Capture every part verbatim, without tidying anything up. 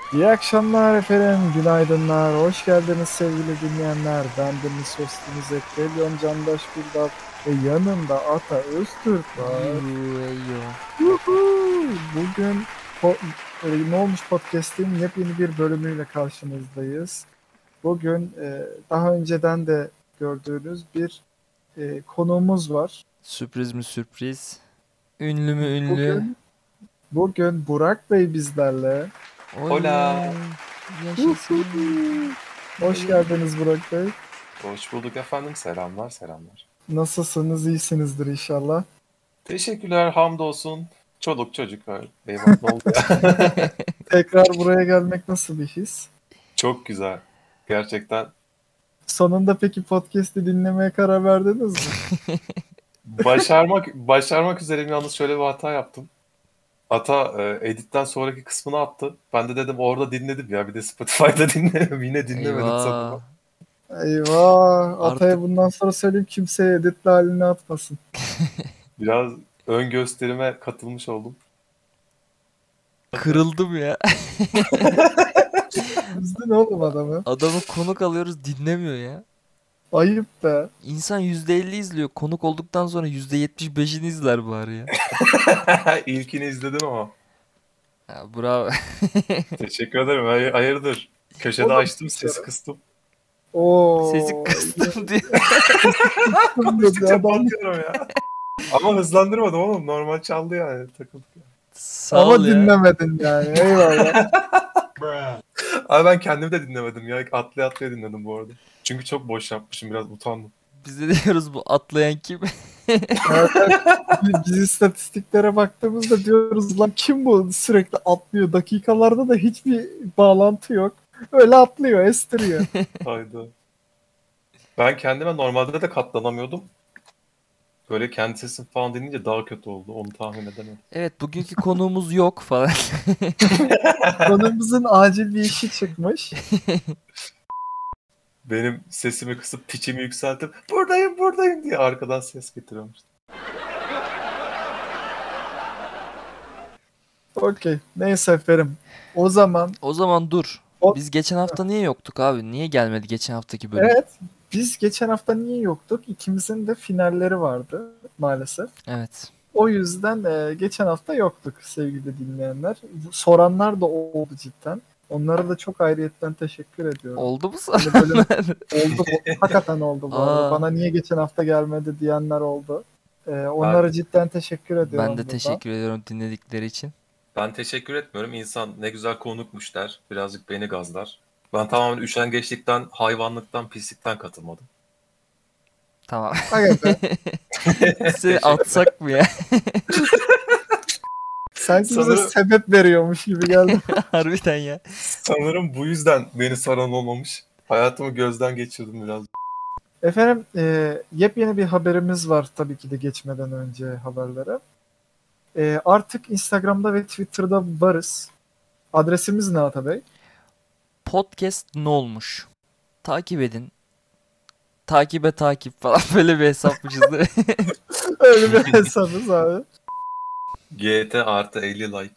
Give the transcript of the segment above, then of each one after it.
İyi akşamlar efendim, günaydınlar, hoş geldiniz sevgili dinleyenler. Ben Deniz Hostiniz Ekrelyon Candaş Güldal ve yanımda Ata Öztürk var. Yuhu eyyo. Yuhuu! Bugün po- e, Ne Olmuş Podcast'in yepyeni bir bölümüyle karşınızdayız. Bugün e, daha önceden de gördüğünüz bir e, konuğumuz var. Sürpriz mi sürpriz? Ünlü mü ünlü? Bugün bugün Burak Bey bizlerle. Hola. Oley. Yaşasın. Yuhuu! Hoş Oley. geldiniz Burak Bey. Hoş bulduk efendim. Selamlar, selamlar. Nasılsınız? İyisinizdir inşallah. Teşekkürler, hamdolsun. Çoluk çocuk var. Eyvah, ne oldu ya? Tekrar buraya gelmek nasıl bir his? Çok güzel. Gerçekten Sonunda peki podcast'i dinlemeye karar verdiniz mi? başarmak başarmak üzereyim, yalnız şöyle bir hata yaptım. Hata e, editten sonraki kısmını attı. Ben de dedim orada dinledim ya, bir de Spotify'da dinlerim. Yine dinlemedim Eyvah. sonunda. Eyvah! Atay'a Artık bundan sonra söyleyeyim kimseye editli halini atmasın. Biraz ön gösterime katılmış oldum. kırıldım ya. Üzdün oğlum adamı. Adamı konuk alıyoruz dinlemiyor ya. Ayıp be. İnsan yüzde elli izliyor. Konuk olduktan sonra yüzde yetmiş beşini izler bari ya. İlkini izledim ama. Ya bravo. Teşekkür ederim. Hay- hayırdır? O Köşede da açtım, sesi başarı. kıstım. Sesi Oo, kıstım diyor. Kıstım dedi Konuştukça adam. bağlıyorum ya. Ama hızlandırmadım oğlum. Normal çaldı yani. Takıldık ya. Sağ ol Ama ya. dinlemedin yani. Eyvallah. Abi ben kendimi de dinlemedim ya. Atlaya atlaya dinledim bu arada. Çünkü çok boş yapmışım. Biraz utandım. Biz de diyoruz bu atlayan kim? Evet, evet. Biz biz istatistiklere baktığımızda diyoruz lan kim bu sürekli atlıyor. Dakikalarda da hiçbir bağlantı yok. Öyle atlıyor, estiriyor. Hayda. Ben kendime normalde de katlanamıyordum. Böyle kendi sesim falan dinleyince daha kötü oldu. Onu tahmin edemedim. Evet, bugünkü konuğumuz yok falan. Konumuzun acil bir işi çıkmış. Benim sesimi kısıp piçimi yükseltip buradayım buradayım diye arkadan ses getiriyormuş. Okey. Neyse efendim. O zaman O zaman dur. o, Biz geçen hafta niye yoktuk abi? Niye gelmedi geçen haftaki bölüm? evet, biz geçen hafta niye yoktuk? İkimizin de finalleri vardı maalesef. Evet. O yüzden e, geçen hafta yoktuk sevgili dinleyenler. Soranlar da oldu cidden. Onlara da çok ayrıyetten teşekkür ediyorum. Oldu mu Hani bölüm soranlar? oldu bu. Hakikaten oldu bu arada. Aa, Bana niye geçen hafta gelmedi diyenler oldu. Ee, Ben onlara cidden teşekkür ben ediyorum de buradan. teşekkür ediyorum dinledikleri için. ben teşekkür etmiyorum. İnsan ne güzel konukmuş der. Birazcık beni gazlar. Ben tamamen üşengeçlikten, hayvanlıktan, pislikten katılmadım. Tamam. Aga be, Biz seni Teşekkür. atsak mı ya? sanki bize Sanırım, sebep veriyormuş gibi geldi. Harbiden ya. sanırım bu yüzden beni saran olmamış. Hayatımı gözden geçirdim biraz. Efendim e, yepyeni bir haberimiz var tabii ki de geçmeden önce haberlere. E, artık Instagram'da ve Twitter'da varız. Adresimiz ne Atabey? Podcast ne olmuş? Takip edin. Takibe takip falan böyle bir hesapmışız değil mi? Öyle bir hesabımız abi. G T artı elli like.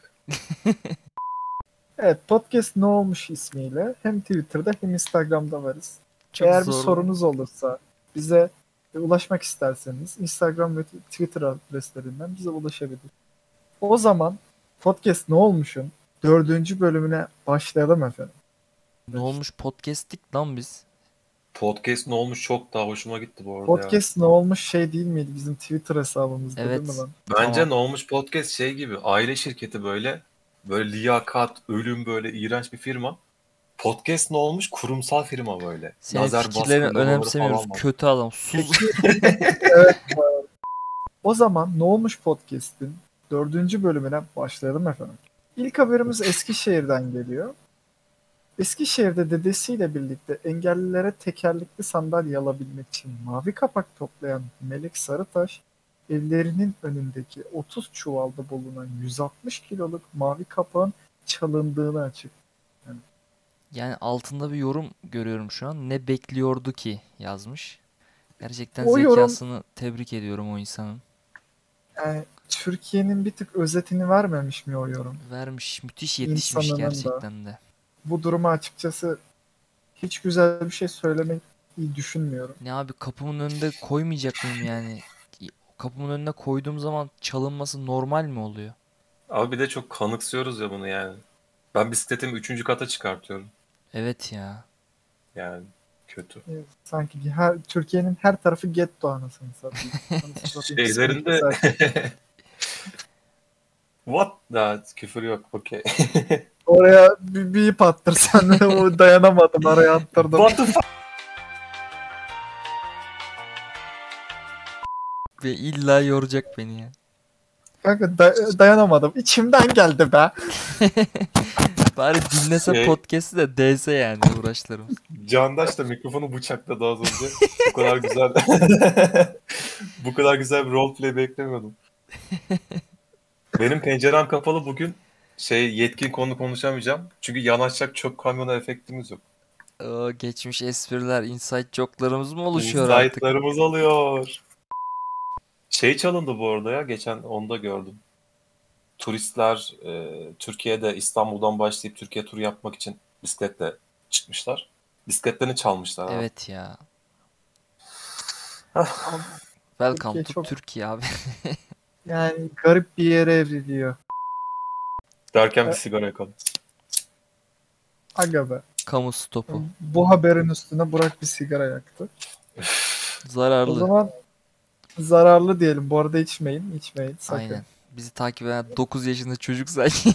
Evet, podcast ne olmuş ismiyle hem Twitter'da hem Instagram'da varız. Çok Eğer bir zor. sorunuz olursa bize ulaşmak isterseniz Instagram ve Twitter adreslerinden bize ulaşabilir. O zaman podcast ne olmuşun dördüncü bölümüne başlayalım efendim. Ne olmuş podcast'tik lan biz? Podcast ne olmuş çok daha hoşuma gitti bu arada ya. Podcast ne olmuş şey değil miydi bizim Twitter hesabımızda değil mi Evet. lan? Bence Tamam. ne olmuş podcast şey gibi. Aile şirketi böyle. Böyle liyakat, ölüm böyle iğrenç bir firma. Podcast ne olmuş? Kurumsal firma böyle. Senin Lazer fikirlerini baskın logoları önemsemiyoruz. falan var. Kötü adam. Sus. Evet. O zaman Ne Olmuş Podcast'in dördüncü bölümüne başlayalım efendim. İlk haberimiz Eskişehir'den geliyor. Eskişehir'de dedesiyle birlikte engellilere tekerlekli sandalye alabilmek için mavi kapak toplayan Melek Sarıtaş, evlerinin önündeki otuz çuvalda bulunan yüz altmış kiloluk mavi kapağın çalındığını açık. Yani altında bir yorum görüyorum şu an. Ne bekliyordu ki yazmış. Gerçekten O yorum zekasını tebrik ediyorum o insanın. yani Türkiye'nin bir tık özetini vermemiş mi o yorum? Vermiş. Müthiş yetişmiş İnsanının da. gerçekten de. bu duruma açıkçası hiç güzel bir şey söylemeyi düşünmüyorum. Ne abi, kapımın önünde koymayacak mıyım yani? Kapımın önüne koyduğum zaman çalınması normal mi oluyor? Abi bir de çok kanıksıyoruz ya bunu yani. Ben bisikletimi üçüncü kata çıkartıyorum. Evet ya. Yani kötü. E, Sanki her Türkiye'nin her tarafı getto anasını satayım. Anasını satayım. Kısmını Şeylerinde kesersin. what? Daha küfür yok. Okey. Oraya bir, bir ip attırsan o dayanamadım, araya attırdım. What the fuck? Ve illa yoracak beni ya. Kanka da- dayanamadım. İçimden geldi be. Bari dinlese Şey- podcast'i de değse yani uğraşlarımız. Candaş da mikrofonu bıçakladı az önce. Bu kadar güzel. Bu kadar güzel bir roleplay beklemiyordum. Benim pencerem kapalı bugün. Şey yetkin konu konuşamayacağım. Çünkü yanaşacak çöp kamyonu efektimiz yok. O geçmiş espriler, inside joke'larımız mı oluşuyor artık? Insight'larımız oluyor. Şey çalındı bu arada ya. Geçen onu da gördüm. Turistler e, Türkiye'de İstanbul'dan başlayıp Türkiye turu yapmak için bisikletle çıkmışlar. Bisikletlerini çalmışlar abi. Evet ya. Abi, Welcome Türkiye to çok- Türkiye abi. yani garip bir yere evriliyor. Derken bir E- sigara yakalım. Aga be. Kamu stopu. Bu haberin üstüne Burak bir sigara yaktı. O Zararlı. zaman zararlı diyelim. Bu arada içmeyin. içmeyin sakın. Aynen. Bizi takip eden dokuz yaşında çocuk sanki.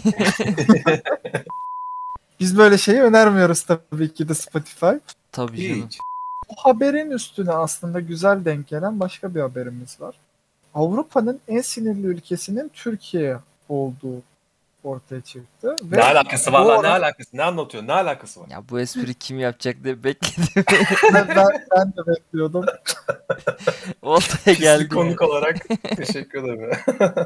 Biz böyle şeyi önermiyoruz tabii ki de Spotify. Tabii canım. Hiç. Bu haberin üstüne aslında güzel denk gelen başka bir haberimiz var. Avrupa'nın en sinirli ülkesinin Türkiye olduğu ortaya çıktı. Ve Ne alakası var bu lan? Ne ara- alakası? Ne anlatıyor? Ne alakası var? Ya bu espri kim yapacak diye bekledim. ben, ben, ben de bekliyordum. Oltaya Pislik geldi. konuk olarak teşekkür ederim.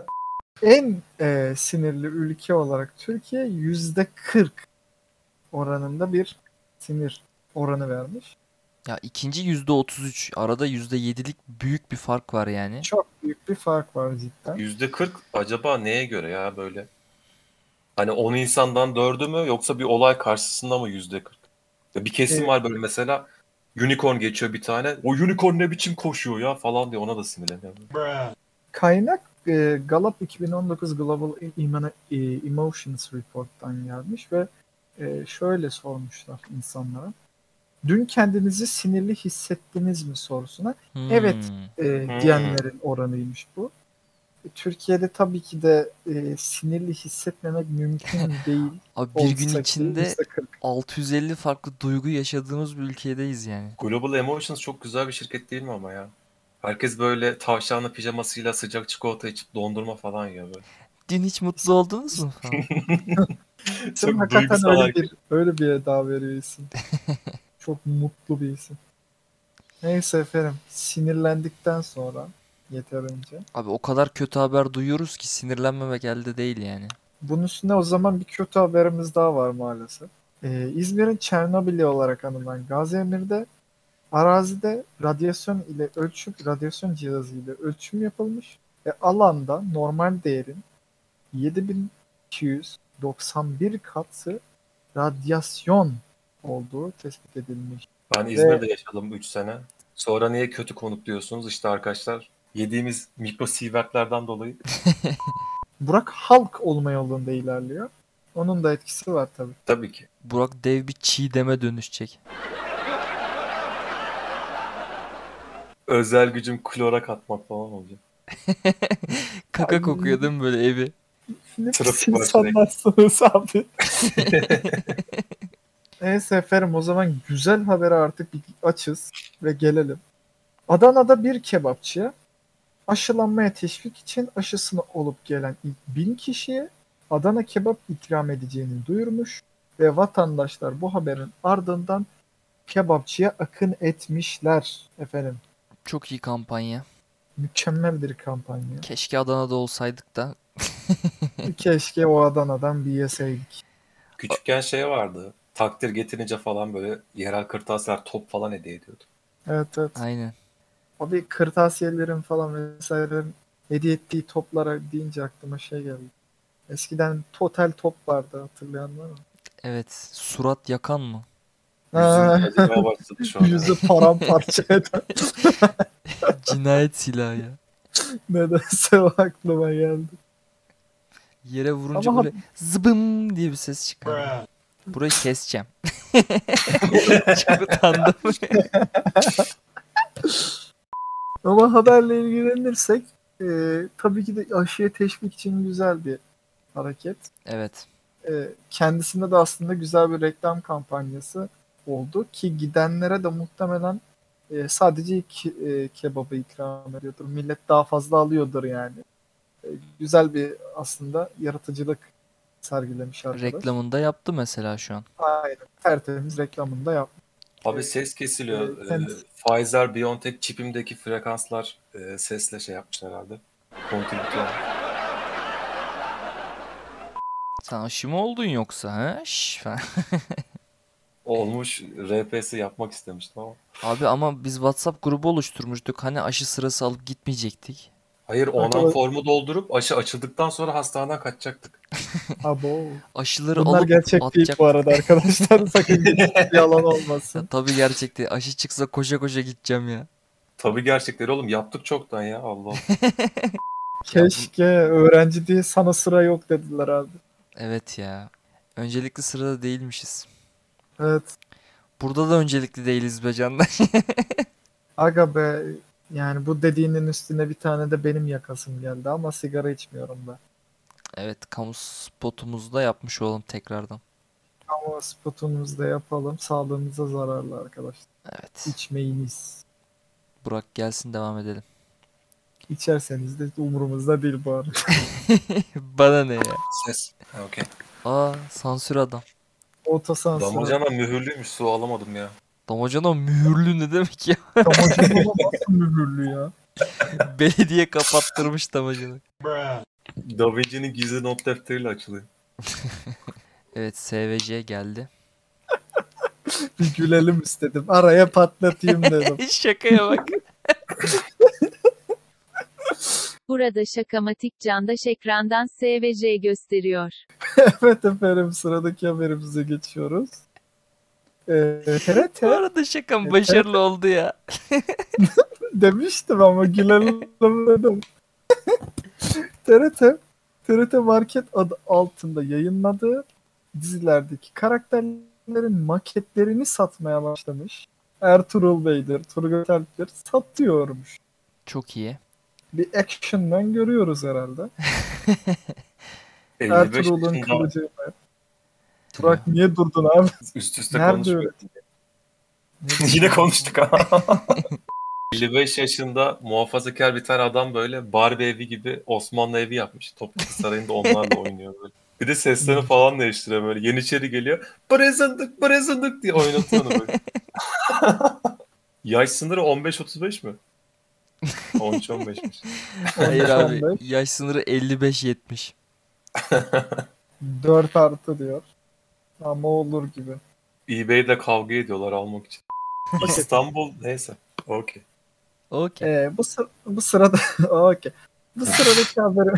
En e, sinirli ülke olarak Türkiye yüzde kırk oranında bir sinir oranı vermiş. Ya ikinci yüzde otuz üç. Arada yüzde yedilik büyük bir fark var yani. Çok büyük bir fark var cidden. yüzde kırk acaba neye göre ya böyle? Hani on insandan dördü mü yoksa bir olay karşısında mı yüzde kırk? Ya bir kesim Ee, var böyle mesela unicorn geçiyor bir tane. O unicorn ne biçim koşuyor ya falan diye ona da sinirleniyorum. Kaynak e, Gallup iki bin on dokuz Global Emo- e, Emotions Report'tan gelmiş ve e, şöyle sormuşlar insanlara. Dün kendinizi sinirli hissettiniz mi sorusuna Hmm. evet e, Hmm. diyenlerin oranıymış bu. E, Türkiye'de tabii ki de e, sinirli hissetmemek mümkün değil. Abi bir gün Olsa ki içinde yüzde kırk. altı yüz elli farklı duygu yaşadığımız bir ülkedeyiz yani. Global Emotions çok güzel bir şirket değil mi ama ya? Herkes böyle tavşanlı pijamasıyla sıcak çikolata içip dondurma falan yiyor böyle. Dün hiç mutlu oldunuz mu falan? Sen Çok hakikaten duygusal öyle hareket. bir, öyle bir eda veriyor isim. Çok mutlu bir isim. Neyse efendim, sinirlendikten sonra yeterince. Abi o kadar kötü haber duyuyoruz ki sinirlenmemek elde değil yani. Bunun üstüne o zaman bir kötü haberimiz daha var maalesef. Ee, İzmir'in Çernobil'i olarak anılan Gaziemir'de arazide radyasyon ile ölçüm, radyasyon cihazı ile ölçüm yapılmış ve alanda normal değerin yedi bin iki yüz doksan bir katı radyasyon olduğu tespit edilmiş. Ben İzmir'de yaşadım üç sene. Sonra niye kötü konuk diyorsunuz? İşte arkadaşlar yediğimiz mikrosievertlerden dolayı. Burak halk olma yolunda ilerliyor. Onun da etkisi var tabii. Tabii ki. Burak dev bir çiğdeme dönüşecek. Özel gücüm klora katmak falan olacak. Kaka Ay. kokuyor değil mi böyle evi? Ne Trafik pis var insanlarsınız abi. Neyse efendim, o zaman güzel habere artık bir açız ve gelelim. Adana'da bir kebapçıya aşılanmaya teşvik için aşısını olup gelen ilk bin kişiye Adana kebap ikram edeceğini duyurmuş ve vatandaşlar bu haberin ardından kebapçıya akın etmişler efendim. Çok iyi kampanya. Mükemmel bir kampanya. Keşke Adana'da olsaydık da. Keşke o Adana'dan bir yeseydik. Küçükken şey vardı. Takdir getirince falan böyle yerel kırtasiyeler top falan hediye ediyordu. Evet evet. Aynen. O bir kırtasiyelerin falan vesairelerin hediye ettiği toplara deyince aklıma şey geldi. Eskiden total top vardı, hatırlayan var mı? Evet. Surat yakan mı? Ha, Yüzün acımaya başladı şu an. yüzü paramparça eden. Cinayet silahı ya. Nedense o aklıma geldi. Yere vurunca Ama böyle zıbım diye bir ses çıkar. Burayı keseceğim. Çok utandım. Ama haberle ilgilenirsek e, tabii ki de aşıya teşvik için güzel bir hareket. Evet. E, kendisinde de aslında güzel bir reklam kampanyası oldu ki gidenlere de muhtemelen e, sadece iki e, kebabı ikram ediyordur. Millet daha fazla alıyordur yani. E, güzel bir aslında yaratıcılık sergilemiş arkadaş. Reklamında yaptı mesela şu an. Aynen. Tertemiz reklamını da yapmış. Abi ses kesiliyor. e, Ee, kendisi- Pfizer BioNTech çipimdeki frekanslar e, sesle şey yapmış herhalde. Kontribütör. Sen aşı mı oldun yoksa? Ha? Şş, falan. Olmuş R P'si yapmak istemiştim ama. Abi ama biz WhatsApp grubu oluşturmuştuk. Hani aşı sırası alıp gitmeyecektik. Hayır, onam Arkadaş- formu doldurup aşı açıldıktan sonra hastaneden kaçacaktık. Abo. Aşıları Bunlar alıp gerçek değil atacak. bu arada arkadaşlar. Sakın yalan Ya olmasın. tabii gerçekti. Aşı çıksa koşa koşa gideceğim ya. Tabii gerçekleri oğlum, yaptık çoktan ya, Allah Allah. Keşke öğrenci diye sana sıra yok dediler abi. Evet ya. Öncelikli sırada değilmişiz. Evet. Burada da öncelikli değiliz be canlar. Aga be, yani bu dediğinin üstüne bir tane de benim yakasım geldi ama sigara içmiyorum ben. Evet, kamu spotumuzu da yapmış olalım tekrardan. Ama spotumuzu da yapalım. Sağlığımıza zararlı arkadaşlar. Evet. İçmeyiniz. Burak gelsin, devam edelim. İçerseniz de umurumuzda değil bu arada. Bana ne ya? Ses. Okey. Aa, sansür adam. Otosansür. Damacana mühürlüymüş, su alamadım ya. Damacana mühürlü ne demek ya? Damacana nasıl mühürlü ya? Belediye kapattırmış damacanı. Da Vinci'nin gizli not defteriyle açılıyor. Evet, S V C geldi. Bir gülelim istedim. Araya patlatayım dedim. Şakaya bak. Burada şakamatik Candaş ekrandan S V C gösteriyor. Evet efendim, sıradaki haberimize geçiyoruz. Ee, T R Bu T arada şakam başarılı oldu ya. demiştim ama gülelim dedim. T R T, T R T Market adı altında yayınladığı dizilerdeki karakterlerin maketlerini satmaya başlamış. Ertuğrul Bey'dir, Turgut Alp'tir satıyormuş. Çok iyi. Bir Action Man görüyoruz herhalde. elli beş Ertuğrul'un yaşında kılıcı. Burak niye durdun abi? üst üste Nerede konuşuyor. öyle? Yine konuştuk ha. elli beş yaşında muhafazakar bir tane adam böyle Barbie evi gibi Osmanlı evi yapmış. Topkapı Sarayı'nda onlarla oynuyor böyle. Bir de seslerini falan değiştiriyor böyle. Yeniçeri geliyor. Brezındık brezındık diye oynatıyor onu böyle. Yaş sınırı on beş otuz beş mi? on üç on beşmiş. Hayır abi, on beş, yaş sınırı elli beş yetmiş. dört artı diyor. Ama olur gibi. eBay'de kavga ediyorlar almak için. İstanbul neyse. Okey. Okey. Ee, bu, sı- bu sırada okey. Bu sıradaki haberim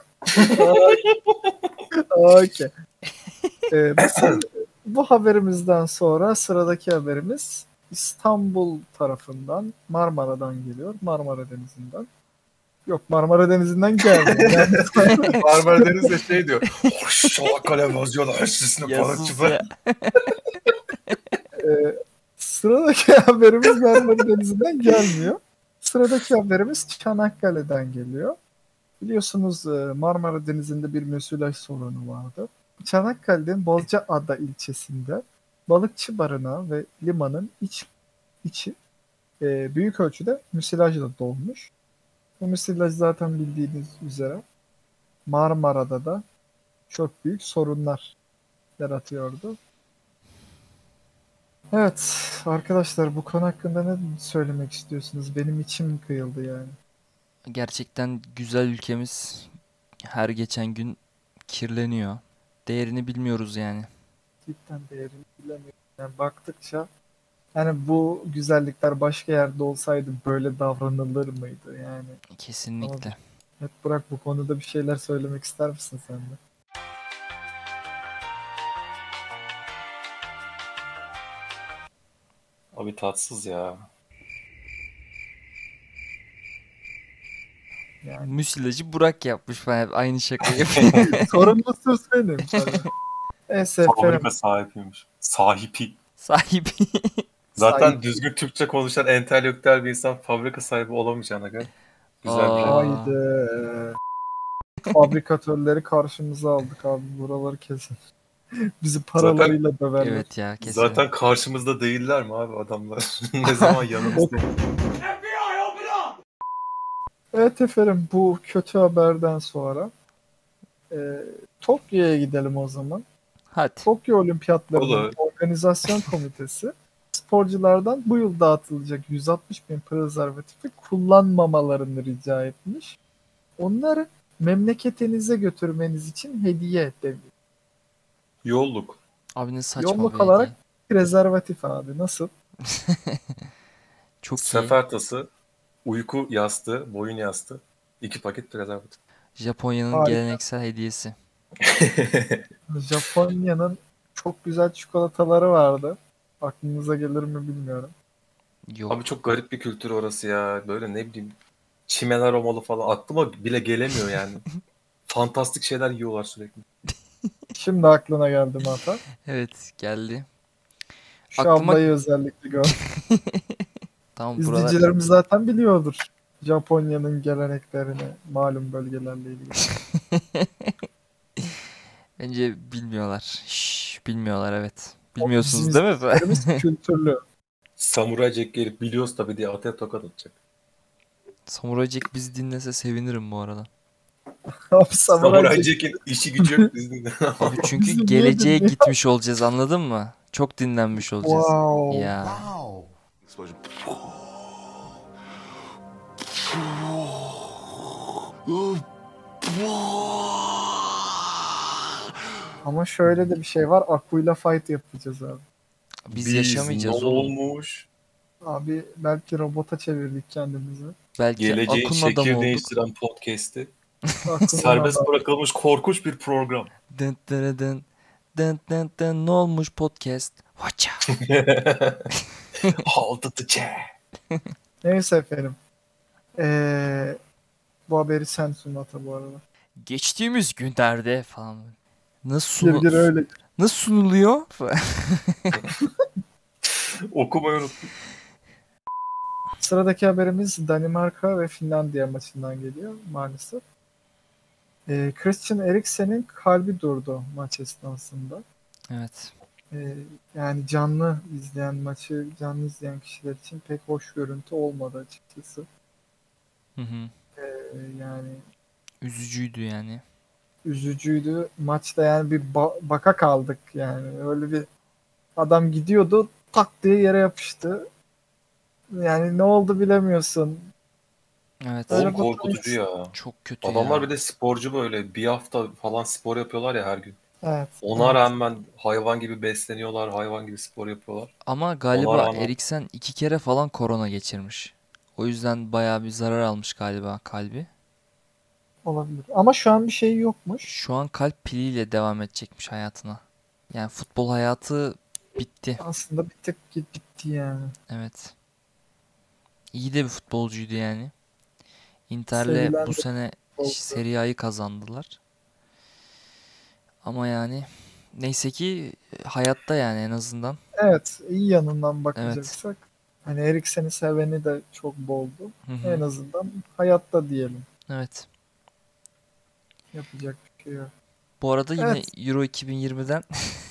okey. Ee, bu, sı- bu haberimizden sonra sıradaki haberimiz İstanbul tarafından, Marmara'dan geliyor. Marmara Denizi'nden. Yok, Marmara Denizi'nden gelmiyor. Yani, Marmara Deniz de şey diyor. Hoş Çanakkale vazyolar üstüne Ya balıkçı şey sus ya. e, sıradaki haberimiz Marmara Denizi'nden gelmiyor. Sıradaki haberimiz Çanakkale'den geliyor. Biliyorsunuz e, Marmara Denizi'nde bir müsilaj sorunu vardı. Çanakkale'nin Bozcaada ilçesinde balıkçı barınağı ve limanın iç içi e, büyük ölçüde müsilajla dolmuş. Bu müsilaj zaten bildiğiniz üzere Marmara'da da çok büyük sorunlar yaratıyordu. Evet arkadaşlar, bu konu hakkında ne söylemek istiyorsunuz? Benim içim kıyıldı yani. Gerçekten güzel ülkemiz her geçen gün kirleniyor. Değerini bilmiyoruz yani. Cidden değerini bilemiyorum. Yani baktıkça, yani bu güzellikler başka yerde olsaydı böyle davranılır mıydı yani? Kesinlikle. Evet Burak, bu konuda bir şeyler söylemek ister misin sen de? Abi tatsız ya. Yani Müsilajı Burak yapmış falan. Hep aynı şakayı yapıyor. sorumlusu benim tabii. Neyse efendim. Fabrika sahibiymiş. Sahibi. Sahibi. Zaten Sahibi. düzgün Türkçe konuşan entelektüel bir insan fabrika sahibi olamayacağına göre. Güzel bir şey. Aa. Haydi. Fabrikatörleri karşımıza aldık abi. Buraları kesin. Bizi paralarıyla döverler. Evet ya kesin. Zaten karşımızda değiller mi abi adamlar? Ne zaman yanımızda? Evet efendim, bu kötü haberden sonra e, Tokyo'ya gidelim o zaman. Hadi. Tokyo Olimpiyatları'nın Olur. organizasyon komitesi sporculardan bu yıl dağıtılacak yüz altmış bin prezervatifi kullanmamalarını rica etmiş. Onları memleketinize götürmeniz için hediye demiş. Yolluk. Abi ne saçma Yolluk bir olarak hediye. prezervatif abi, nasıl? Çok iyi. Sefer tası, uyku yastığı, boyun yastığı, iki paket prezervatif. Japonya'nın Harika. geleneksel hediyesi. Japonya'nın çok güzel çikolataları vardı. Aklınıza gelir mi bilmiyorum. Yok. Abi çok garip bir kültür orası ya. Böyle ne bileyim çimen aromalı falan. Aklıma bile gelemiyor yani. Fantastik şeyler yiyorlar sürekli. Şimdi aklına geldi mi Atan? Evet geldi. Şu Aklıma- ablayı özellikle gör. Tamam buralar İzleyicilerimiz zaten biliyordur Japonya'nın geleneklerini, malum bölgelerle ilgili. bence bilmiyorlar. Şşş, bilmiyorlar evet. Bizim Bilmiyorsunuz değil mi? izleyicilerimiz kültürlü. Samuray Jack gelip biliyoruz tabii diye ataya tokat atacak. Samurai Jack bizi dinlese sevinirim bu arada. Abi Samuray Samuray Jack Jack'in işi gücü yok bizde. Abi çünkü Bizi niye geleceğe dinliyor? gitmiş olacağız anladın mı? Çok dinlenmiş olacağız. Wow. Ya. Explosion. Ama şöyle de bir şey var. Aku'yla fight yapacağız abi. Biz, yaşamayacağız ne oğlum. olmuş? Abi belki robota çevirdik kendimizi. Belki Geleceğin Akun adamı şekil olduk. değiştiren podcast'i. Aku'nun Serbest adam. bırakılmış korkunç bir program. Dın dın dın. Dın dın dın. Ne olmuş podcast? Watcha. Hold the chair. Neyse efendim. Ee, bu haberi sen sun Ata bu arada. Geçtiğimiz günlerde falan. Nasıl, Gir sunu- gir öyle. nasıl sunuluyor? Okumayı unuttum. Sıradaki haberimiz Danimarka ve Finlandiya maçından geliyor maalesef. Ee, Christian Eriksen'in kalbi durdu maç esnasında. Evet. Ee, yani canlı izleyen maçı canlı izleyen kişiler için pek hoş görüntü olmadı açıkçası. Hı hı. Ee, yani Üzücüydü yani. üzücüydü. Maçta yani bir ba- baka kaldık yani. Öyle bir adam gidiyordu tak diye yere yapıştı. Yani ne oldu bilemiyorsun. Evet. Öyle Oğlum bir korkutucu ya. Çok kötü Adamlar ya. bir de sporcu böyle. Bir hafta falan spor yapıyorlar ya her gün. Evet. Ona evet. rağmen hayvan gibi besleniyorlar, hayvan gibi spor yapıyorlar. Ama galiba rağmen- Eriksen iki kere falan korona geçirmiş. O yüzden bayağı bir zarar almış galiba kalbi. Olabilir. Ama şu an bir şey yokmuş. Şu an kalp piliyle devam edecekmiş hayatına. Yani futbol hayatı bitti. Aslında bir tık git- bitti yani. Evet. İyi de bir futbolcuydu yani. Inter'le Sevilen bu bir sene futbolcu. Serie A'yı kazandılar. Ama yani neyse ki hayatta yani en azından. Evet, iyi yanından bakacaksak hani Eriksen'i seveni de çok boldu. Hı hı. En azından hayatta diyelim. Evet. Yapacak bir şey yok. Bu arada yine Evet. Euro iki bin yirmiden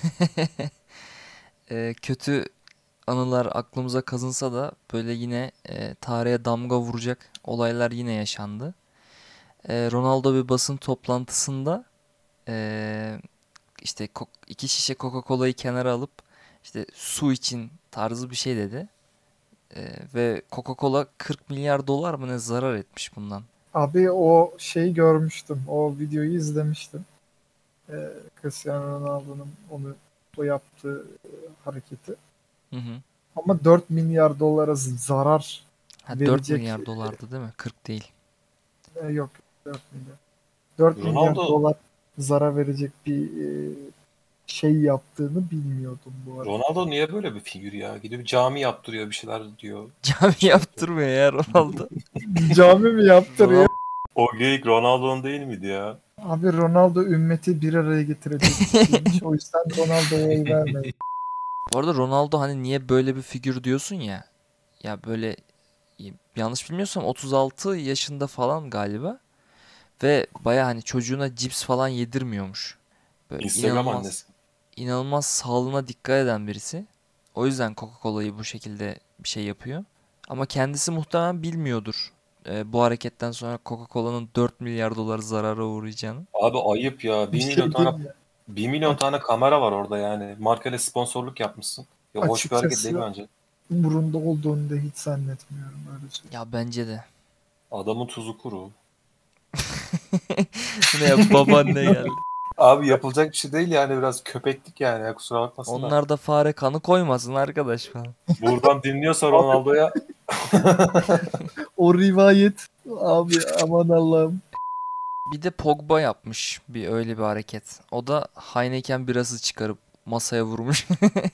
e, kötü anılar aklımıza kazınsa da böyle yine e, tarihe damga vuracak olaylar yine yaşandı. E, Ronaldo bir basın toplantısında e, işte ko- iki şişe Coca-Cola'yı kenara alıp işte su için tarzı bir şey dedi. E, ve Coca-Cola kırk milyar dolar mı ne zarar etmiş bundan. Abi o şeyi görmüştüm. O videoyu izlemiştim. Ee, Cristiano Ronaldo'nun onu o yaptığı e, hareketi. Hı hı. Ama dört milyar dolara z- zarar Ha, dört verecek milyar dolardı değil mi? kırk değil. e, yok dört milyar. dört milyar Ronaldo- dolar zarar verecek bir e, şey yaptığını bilmiyordum bu arada. Ronaldo niye böyle bir figür ya? Gidip cami yaptırıyor, bir şeyler diyor. Cami yaptırmıyor ya Ronaldo. Cami mi yaptırıyor? O geyik Ronaldo'nun değil miydi ya? Abi Ronaldo ümmeti bir araya getirecek kişiymiş. O yüzden Ronaldo'ya oy vermeyin. Bu arada Ronaldo hani niye böyle bir figür diyorsun ya. Ya böyle yanlış bilmiyorsam otuz altı yaşında falan galiba. Ve baya hani çocuğuna cips falan yedirmiyormuş. Böyle Instagram inanılmaz, annesi. inanılmaz sağlığına dikkat eden birisi. O yüzden Coca-Cola'yı bu şekilde bir şey yapıyor. Ama kendisi muhtemelen bilmiyordur. Ee, bu hareketten sonra Coca-Cola'nın dört milyar dolar zarara uğrayacağını. Abi ayıp ya. Bir Bir şey milyon tane değil mi? bir milyon tane kamera var orada yani. Markayla sponsorluk yapmışsın. Ya hoş bir hareket değil Açıkçası bence. umurunda olduğunu da hiç zannetmiyorum öyle şey. Ya bence de. Adamın tuzu kuru. Bu ne ya, babaanne geldi. Abi yapılacak bir şey değil yani, biraz köpeklik yani ya, kusura bakmasınlar. Onlar da fare kanı koymasın arkadaş falan. Buradan dinliyorsa Ronaldo'ya O rivayet abi aman Allah'ım. Bir de Pogba yapmış bir öyle bir hareket. O da Heineken birası çıkarıp masaya vurmuş.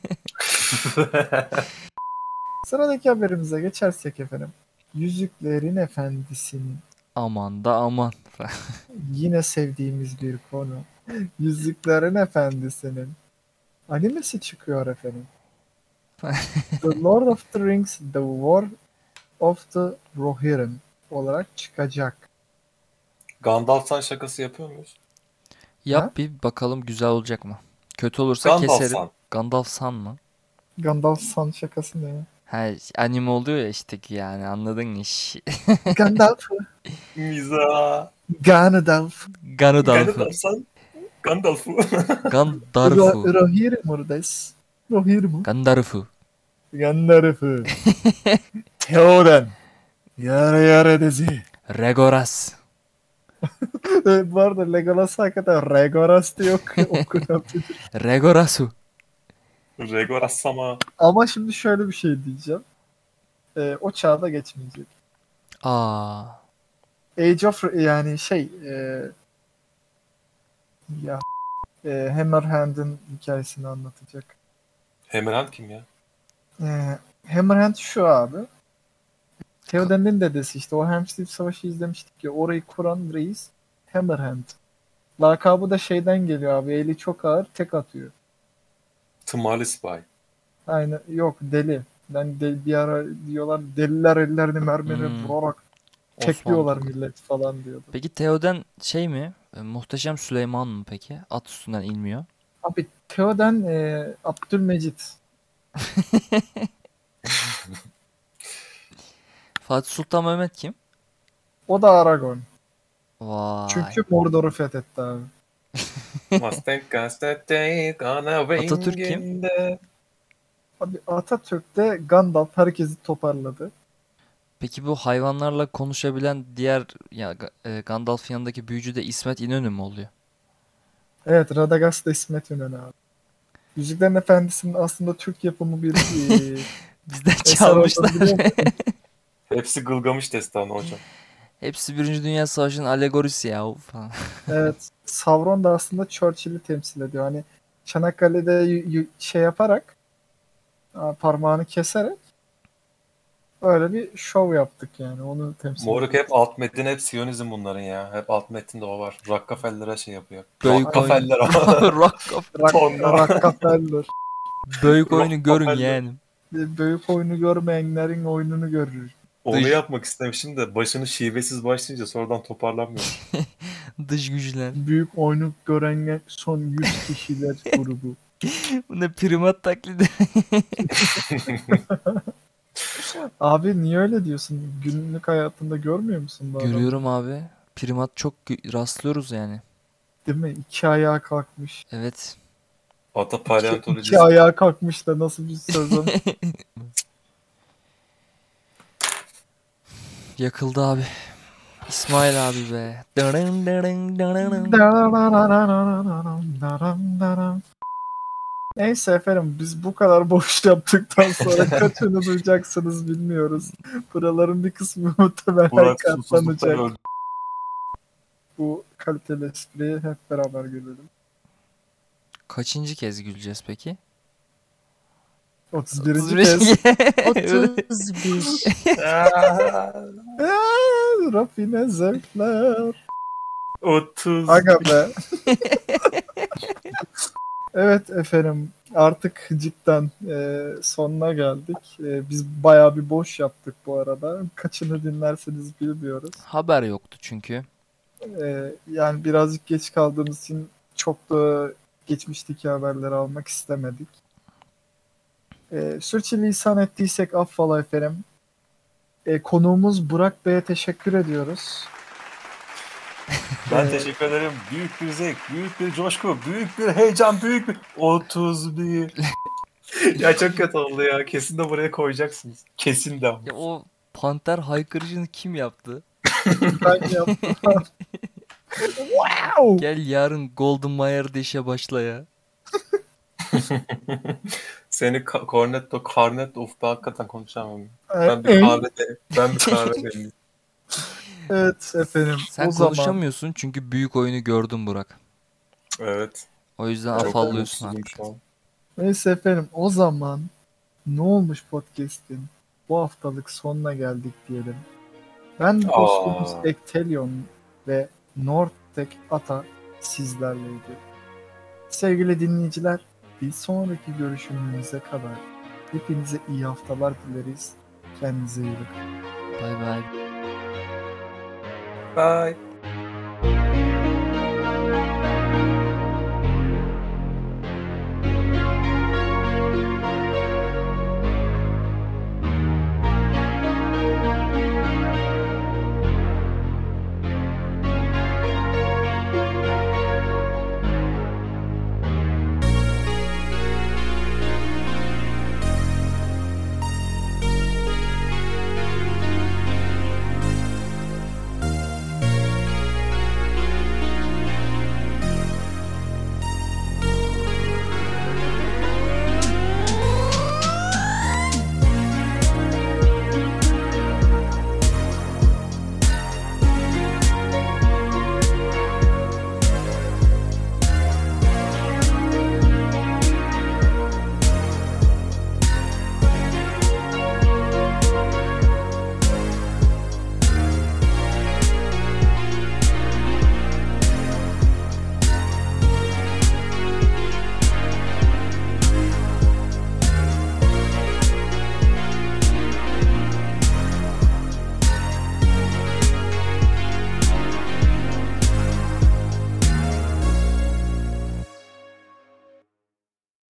Sıradaki haberimize geçersek efendim. Yüzüklerin Efendisi'nin Aman da aman. yine sevdiğimiz bir konu. Yüzüklerin Efendisi'nin animesi çıkıyor efendim. The Lord of the Rings, The War of the Rohirrim olarak çıkacak. Gandalf'tan şakası yapıyor muyuz? Yap Ha? bir bakalım güzel olacak mı? Kötü olursa Gandalf keserim. san. Gandalf san mı? Gandalf san şakası ne ya? Ha, anime oluyor ya işte ki yani anladın iş. Gandalf. Miza. Gandalf. Ganondorf'u. Gandalf san. Gandalf'u. Gandalf'u. Ro- Rohirrim oradayız. Rohirrim. Gandalf'u. Gandalf'ı. Theoden. Yare yare dizi. Legolas. Evet, bu arada Legolas hakikaten Regoras diye oku- okunabilir. Legolas'u. Regor Assama. Ama şimdi şöyle bir şey diyeceğim. Ee, o çağda geçmeyecek. Aa. Age of yani şey e, ya e, Hammerhand'ın hikayesini anlatacak. Hammerhand kim ya? E, Hammerhand şu abi. Theoden'in dedesi işte o Helm's Deep Savaşı izlemiştik ya, orayı kuran reis Hammerhand. Lakabı da şeyden geliyor abi, eli çok ağır tek atıyor. Tımali Spy. Aynen, yok deli. Ben de, bir ara diyorlar deliler ellerini mermere Hmm. vurarak Osmanlı tekliyorlar tokadı. millet falan diyordu. Peki Theoden şey mi? E, Muhteşem Süleyman mı peki? At üstünden inmiyor. Abi Theoden e, Abdülmecit. Fatih Sultan Mehmet kim? O da Aragon. Vay. Çünkü Mordor'u fethetti abi. Must take us that day on a Atatürk wing kim? in the- Abi Atatürk'te Gandalf herkesi toparladı. Peki bu hayvanlarla konuşabilen diğer ya Ga- e, Gandalf'ın yanındaki büyücü de İsmet İnönü mü oluyor? Evet, Radagast da İsmet İnönü abi. Yüzüklerin Efendisi'nin aslında Türk yapımı bir e, Bizden eser çalmışlar. olduğunu biliyor musun? Hepsi Gılgamış destanı hocam. Hepsi Birinci Dünya Savaşı'nın alegorisi ya falan. Evet, Sauron da aslında Churchill'i temsil ediyor. Hani Çanakkale'de y- y- şey yaparak a, parmağını keserek öyle bir şov yaptık yani. Onu temsil Moruk ediyor. hep alt metin, hep Siyonizm bunların ya. Hep alt metinde o var. Rockefeller'a şey yapıyor. Büyük oyun. Rockefeller. Rock of- Rak- Tonla. Rockefeller. Büyük oyunu görün Rockefeller. yani. Büyük oyunu görmeyenlerin oyununu görür. Onu Dış- yapmak istemişim de başını şivesiz başlayınca sonradan toparlanmıyor. Dış güçler. Büyük oyunu görenler son yüz kişiler grubu. Bu ne primat taklidi. Abi niye öyle diyorsun? Günlük hayatında görmüyor musun bu adamı? Görüyorum abi. Primat çok gö- rastlıyoruz yani. Değil mi? İki ayağa kalkmış. Evet. Ata İki, paleontolojisi. iki ayağa kalkmış da nasıl bir sözüm? Yakıldı abi. İsmail abi be. Dırın dırın dırın. Neyse efendim, biz bu kadar boş yaptıktan sonra kaçını duyacaksınız bilmiyoruz. Buraların bir kısmı muhtemelen Burak susuzluktan katlanacak. öldü. Bu kaliteli espriyi hep beraber görelim. Kaçıncı kez güleceğiz peki? otuz birinci otuz beş. kez. otuz bir. Eee, Rafine zevkler. otuz. Aga be. Evet efendim, artık cidden e, sonuna geldik. E, biz bayağı bir boş yaptık bu arada. Kaçını dinlerseniz bilmiyoruz. Haber yoktu çünkü. E, yani birazcık geç kaldığımız için çok da geçmişteki haberleri almak istemedik. E, sürçülisan ettiysek affola efendim. E, konuğumuz Burak Bey'e teşekkür ediyoruz. Ben Ee, teşekkür ederim. Büyük bir zevk, büyük bir coşku, büyük bir heyecan, büyük bir... otuz bir. Ya çok kötü oldu ya. Kesin de buraya koyacaksınız. Kesin de ama. Ya o panter haykırışını kim yaptı? Ben yaptım. Wow! Gel yarın Golden Mayer işe başla ya. Seni ka- Cornetto, Cornetto, uf ben hakikaten konuşamam. Ee, Ben bir kahve de, ben bir kahve demleyeyim. Evet efendim. Sen o zaman konuşamıyorsun çünkü büyük oyunu gördün Burak. Evet. O yüzden Çok afallıyorsun mutsuzum artık. şu an. neyse efendim, o zaman ne olmuş podcast'in bu haftalık sonuna geldik diyelim. Ben hostumuz Aa. Ektelion ve Nortek Ata sizlerleydi. Sevgili dinleyiciler, bir sonraki görüşümüze kadar hepinize iyi haftalar dileriz. Kendinize iyi bakın. Bay bay. Bye.